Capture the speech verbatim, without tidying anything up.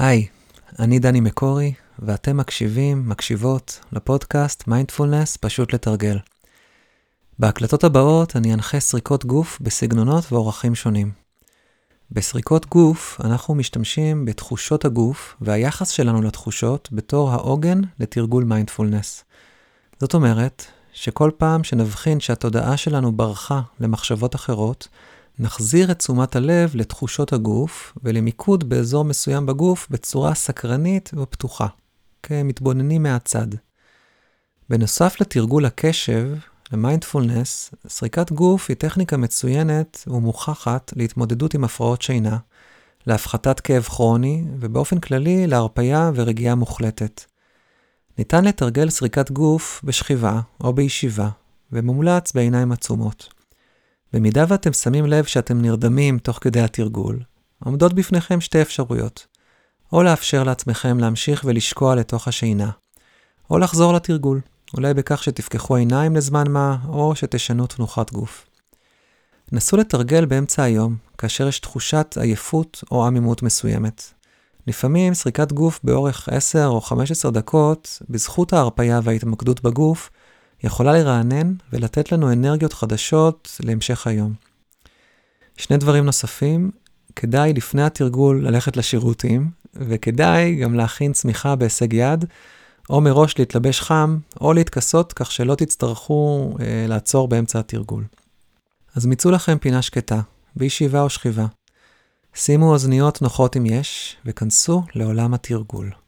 היי, אני דני מקורי, ואתם מקשיבים, מקשיבות לפודקאסט מיינדפולנס פשוט לתרגל. בהקלטות הבאות אני אנחה סריקות גוף בסגנונות ואורחים שונים. בסריקות גוף אנחנו משתמשים בתחושות הגוף והיחס שלנו לתחושות בתור העוגן לתרגול מיינדפולנס. זאת אומרת שכל פעם שנבחין שהתודעה שלנו ברחה למחשבות אחרות, נחזיר את תשומת הלב לתחושות הגוף ולמיקוד באזור מסוים בגוף בצורה סקרנית ופתוחה, כמתבוננים מהצד. בנוסף לתרגול הקשב, למיינדפולנס, סריקת גוף היא טכניקה מצוינת ומוכחת להתמודדות עם הפרעות שינה, להפחתת כאב כרוני ובאופן כללי להרפיה ורגיעה מוחלטת. ניתן לתרגל סריקת גוף בשכיבה או בישיבה, ומומלץ בעיניים עצומות. במידה ואתם שמים לב שאתם נרדמים תוך כדי התרגול, עומדות בפניכם שתי אפשרויות. או לאפשר לעצמכם להמשיך ולשקוע לתוך השינה, או לחזור לתרגול, אולי בכך שתפקחו עיניים לזמן מה, או שתשנו תנוחת גוף. נסו לתרגל באמצע היום, כאשר יש תחושת עייפות או עמימות מסוימת. לפעמים סריקת גוף באורך עשר או חמש עשרה דקות, בזכות ההרפיה וההתמקדות בגוף, יכולה לרענן ולתת לנו אנרגיות חדשות להמשך היום. שני דברים נוספים, כדאי לפני התרגול ללכת לשירותים, וכדאי גם להכין צמיחה בהישג יד, או מראש להתלבש חם, או להתכסות כך שלא תצטרכו אה, לעצור באמצע התרגול. אז מיצו לכם פינה שקטה, בישיבה או שכיבה. שימו אוזניות נוחות אם יש, וכנסו לעולם התרגול.